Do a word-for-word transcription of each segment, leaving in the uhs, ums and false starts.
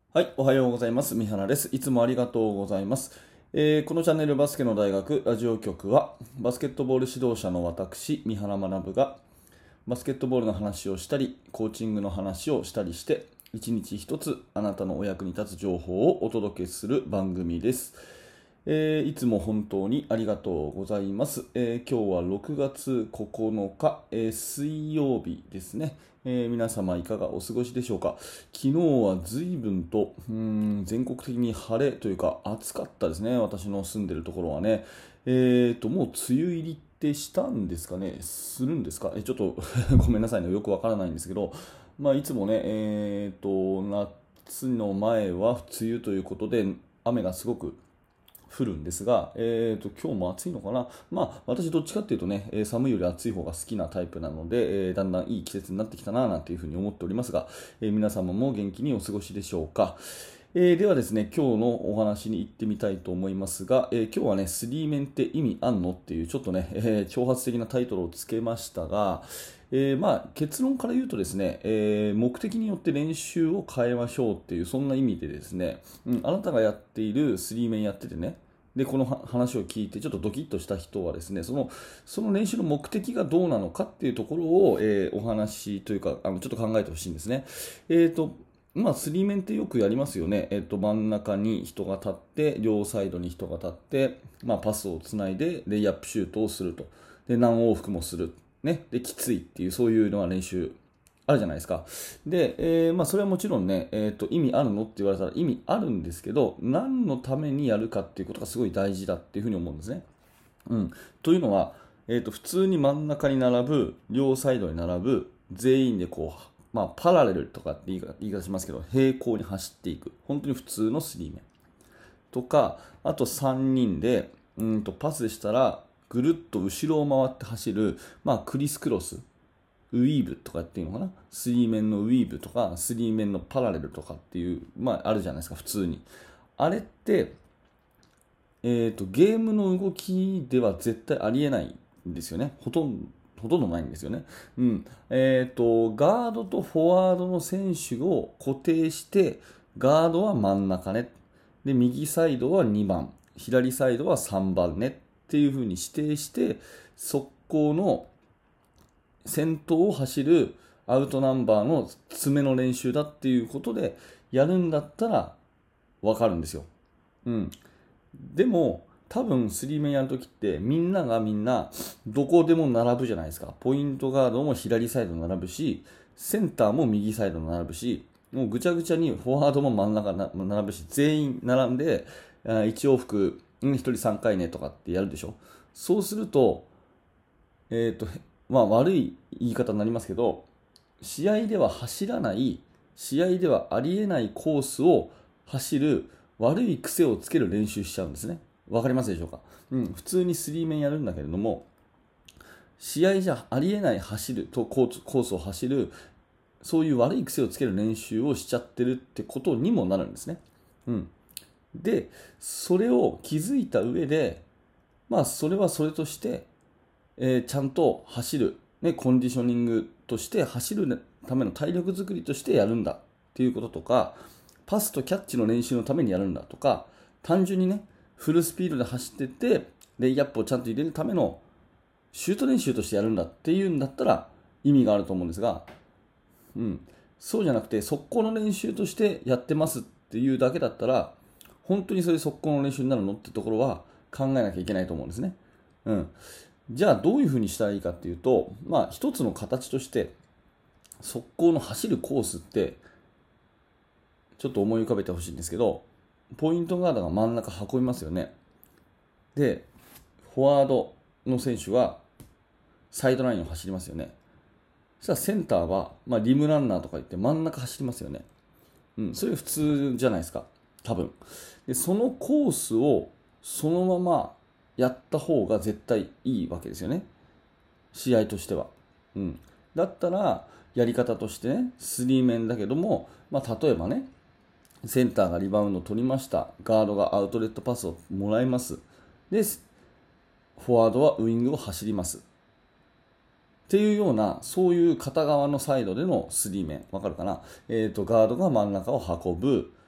はい、おはようございます。三原です。いつもありがとうございます。えーこのチャンネルバスケの大学ラジオ局は、バスケットボール指導者の私、三原学が、バスケットボールの話をしたり、コーチングの話をしたりして、一日一つあなたのお役に立つ情報をお届けする番組です。えーいつも本当にありがとうございます。えー今日はろくがつここのか、えー水曜日ですね。えー皆様いかがお過ごしでしょうか。昨日は随分とうーん全国的に晴れというか暑かったですね。私の住んでるところはね。えーと、もう梅雨入りってしたんですかね。するんですか。えちょっとごめんなさいね。よくわからないんですけど、まあ、いつもね、えーと、夏の前は梅雨ということで、雨がすごく降るんですが、えーと、今日も暑いのかな。まあ、私どっちかっていうとね、えー寒いより暑い方が好きなタイプなので、えーだんだんいい季節になってきたななんていうふうに思っておりますが、えー皆様も元気にお過ごしでしょうか。えーではですね、今日のお話に行ってみたいと思いますが、えー今日はね、スリーメンって意味あんのっていうちょっとね、えー挑発的なタイトルをつけましたが、えーまあ、結論から言うとですね、えー目的によって練習を変えましょうっていう、そんな意味でですね、うん、あなたがやっているスリーメンやっててね、で、このは話を聞いてちょっとドキッとした人はですね、その、その練習の目的がどうなのかっていうところを、えーお話というか、あの、ちょっと考えてほしいんですね。えっと、まあ、スリーメンってよくやりますよね。えっと、真ん中に人が立って、両サイドに人が立って、まあ、パスをつないで、レイアップシュートをすると。で、何往復もする。ね。で、きついっていう、そういうのが練習あるじゃないですか。で、えーまあ、それはもちろんね、えーと、意味あるのって言われたら意味あるんですけど、何のためにやるかっていうことがすごい大事だっていうふうに思うんですね。うん。というのは、えーと、普通に真ん中に並ぶ、両サイドに並ぶ、全員でこう、まあ、パラレルとかって言い方言い方しますけど、平行に走っていく。本当に普通のスリーメン。とか、あとさんにんで、うんとパスしたら、ぐるっと後ろを回って走る、まあ、クリスクロス。ウィーブとかっていうのかな、スリー面のウィーブとかスリー面のパラレルとかっていう、まあ、あるじゃないですか普通に。あれって、えーと、ゲームの動きでは絶対ありえないんですよね。ほとんどほとんどないんですよね。うん。えっ、と、ガードとフォワードの選手を固定して、ガードは真ん中ね。で、右サイドはにばん、左サイドはさんばんねっていう風に指定して、速攻の先頭を走るアウトナンバーの詰めの練習だっていうことでやるんだったらわかるんですよ。うん。でも、多分スリーメンやるときってみんながみんなどこでも並ぶじゃないですか。ポイントガードも左サイドに並ぶし、センターも右サイドに並ぶし、もうぐちゃぐちゃにフォワードも真ん中に並ぶし、全員並んで、あいち往復、うんひとりさんかいねとかってやるでしょ。そうすると、えっと、まあ悪い言い方になりますけど、試合では走らない、試合ではありえないコースを走る悪い癖をつける練習しちゃうんですね。わかりますでしょうか。うん、普通にスリーメンやるんだけれども、試合じゃありえない走るとコースコースを走る、そういう悪い癖をつける練習をしちゃってるってことにもなるんですね。うん。で、それを気づいた上で、まあ、それはそれとして、えーちゃんと走る、ね、コンディショニングとして走るための体力作りとしてやるんだっていうこととか、パスとキャッチの練習のためにやるんだとか、単純にね、フルスピードで走ってって、レイアップをちゃんと入れるためのシュート練習としてやるんだっていうんだったら意味があると思うんですが、うん、そうじゃなくて速攻の練習としてやってますっていうだけだったら、本当にそれ速攻の練習になるのってところは考えなきゃいけないと思うんですね。うん。じゃあどういうふうにしたらいいかっていうと、まあ一つの形として速攻の走るコースってちょっと思い浮かべてほしいんですけど、ポイントガードが真ん中運びますよね。で、フォワードの選手はサイドラインを走りますよね。そしたらセンターは、まあ、リムランナーとか言って真ん中走りますよね。うん、それ普通じゃないですか。多分。で、そのコースをそのままやった方が絶対いいわけですよね。試合としては。うん。だったら、やり方としてね、スリーメンだけども、まあ、例えばね、センターがリバウンドを取りました。ガードがアウトレットパスをもらいます。で、フォワードはウイングを走ります。っていうような、そういう片側のサイドでのスリーメン。わかるかな。えっ、と、ガードが真ん中を運ぶ。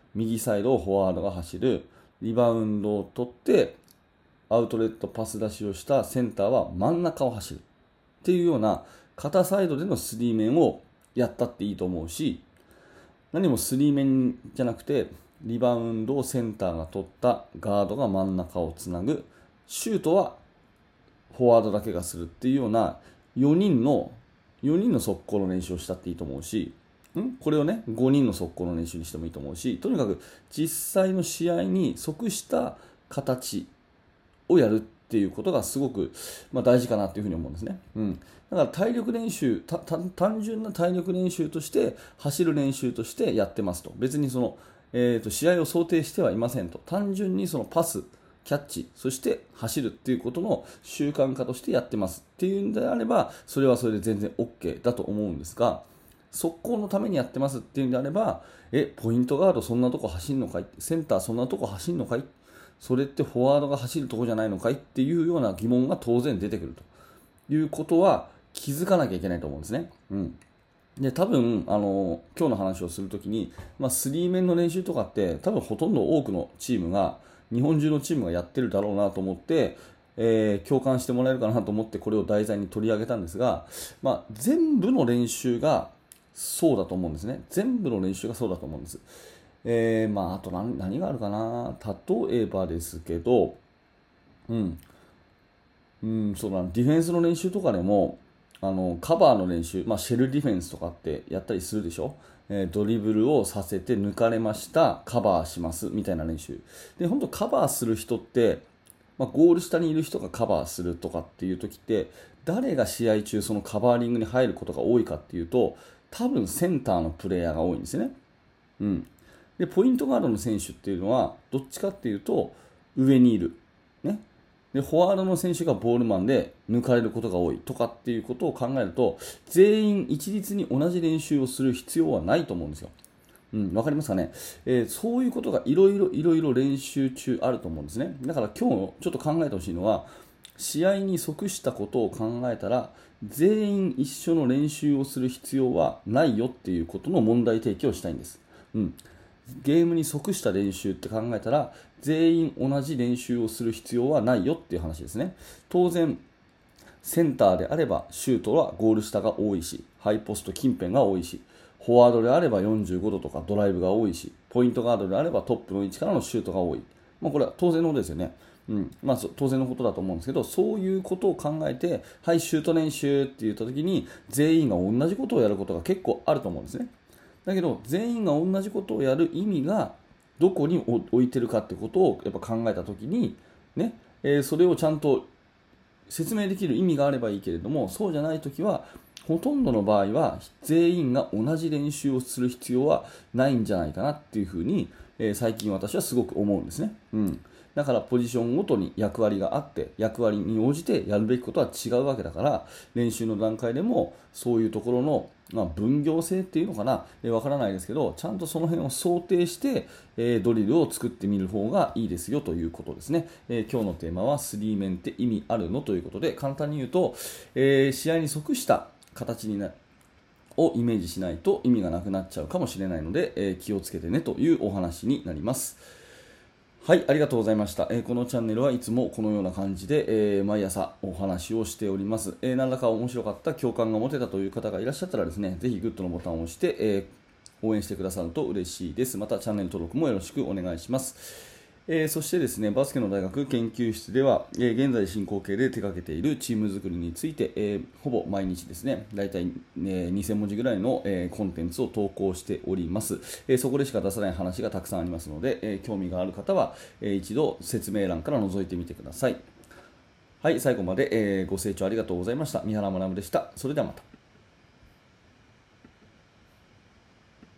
右サイドをフォワードが走る、リバウンドを取ってアウトレットパス出しをしたセンターは真ん中を走るっていうような片サイドでのスリーメンをやったっていいと思うし、何もスリーメンじゃなくてリバウンドをセンターが取ったガードが真ん中をつなぐ、シュートはフォワードだけがするっていうようなよにんのよにんの速攻の練習をしたっていいと思うし、んこれをねごにんの速攻の練習にしてもいいと思うし、とにかく実際の試合に即した形をやるっていうことがすごく、まあ、大事かなというふうに思うんですね。うん、だから体力練習たた単純な体力練習として走る練習としてやってますと、別にその、えーと試合を想定してはいませんと、単純にそのパスキャッチ、そして走るっていうことの習慣化としてやってますっていうんであれば、それはそれで全然 OK だと思うんですが、速攻のためにやってますっていうんであれば、え、ポイントガードそんなとこ走るのかい、センターそんなとこ走るのかい、それってフォワードが走るとこじゃないのかいっていうような疑問が当然出てくるということは気づかなきゃいけないと思うんですね。うん。で、多分、あの、今日の話をするときに、まあ、スリーメンの練習とかって多分ほとんど多くのチームが、日本中のチームがやってるだろうなと思って、えー、共感してもらえるかなと思ってこれを題材に取り上げたんですが、まあ、全部の練習がそうだと思うんですね。全部の練習がそうだと思うんです。えー、まあ、あと 何, 何があるかな。例えばですけど、うん、うん、そうだな、ディフェンスの練習とかでも、あのカバーの練習、まあ、シェルディフェンスとかってやったりするでしょ。えードリブルをさせて抜かれました、カバーしますみたいな練習で、本当カバーする人って、まあ、ゴール下にいる人がカバーするとかっていう時って、誰が試合中そのカバーリングに入ることが多いかっていうと、多分センターのプレイヤーが多いんですよね。うん、でポイントガードの選手っていうのはどっちかっていうと上にいる、ね、でフォワードの選手がボールマンで抜かれることが多いとかっていうことを考えると、全員一律に同じ練習をする必要はないと思うんですよ。うん、わかりますかね、えーそういうことがいろいろいろいろ練習中あると思うんですね。だから今日ちょっと考えてほしいのは、試合に即したことを考えたら全員一緒の練習をする必要はないよっていうことの問題提起をしたいんです。うん、ゲームに即した練習って考えたら全員同じ練習をする必要はないよっていう話ですね。当然センターであればシュートはゴール下が多いし、ハイポスト近辺が多いし、フォワードであればよんじゅうごどとかドライブが多いし、ポイントガードであればトップの位置からのシュートが多い。まあ、これは当然のことですよね。うんまあ、当然のことだと思うんですけど、そういうことを考えて、はい、シュート練習って言った時に全員が同じことをやることが結構あると思うんですね。だけど全員が同じことをやる意味がどこに置いてるかってことをやっぱ考えたときに、ねえーそれをちゃんと説明できる意味があればいいけれども、そうじゃないときはほとんどの場合は全員が同じ練習をする必要はないんじゃないかなっていうふうに、えー最近私はすごく思うんですね。うんだからポジションごとに役割があって、役割に応じてやるべきことは違うわけだから、練習の段階でもそういうところの、まあ、分業制っていうのかな、えー、わからないですけど、ちゃんとその辺を想定して、えードリルを作ってみる方がいいですよということですね。えー今日のテーマはスリーメンって意味あるのということで、簡単に言うと、えー試合に即した形になるをイメージしないと意味がなくなっちゃうかもしれないので、えー気をつけてねというお話になります。はい、ありがとうございました。えーこのチャンネルはいつもこのような感じで、えー毎朝お話をしております。えー何らか面白かった、共感が持てたという方がいらっしゃったらですね、ぜひグッドのボタンを押して、えー応援してくださると嬉しいです。またチャンネル登録もよろしくお願いします。えーそしてですね、バスケの大学研究室では、えー現在進行形で手掛けているチーム作りについて、えーほぼ毎日ですね、だいたい、えーにせんもじぐらいの、えーコンテンツを投稿しております。えーそこでしか出さない話がたくさんありますので、えー興味がある方は、えー一度説明欄から覗いてみてください。はい、最後まで、えーご清聴ありがとうございました。三原学でした。それではまた。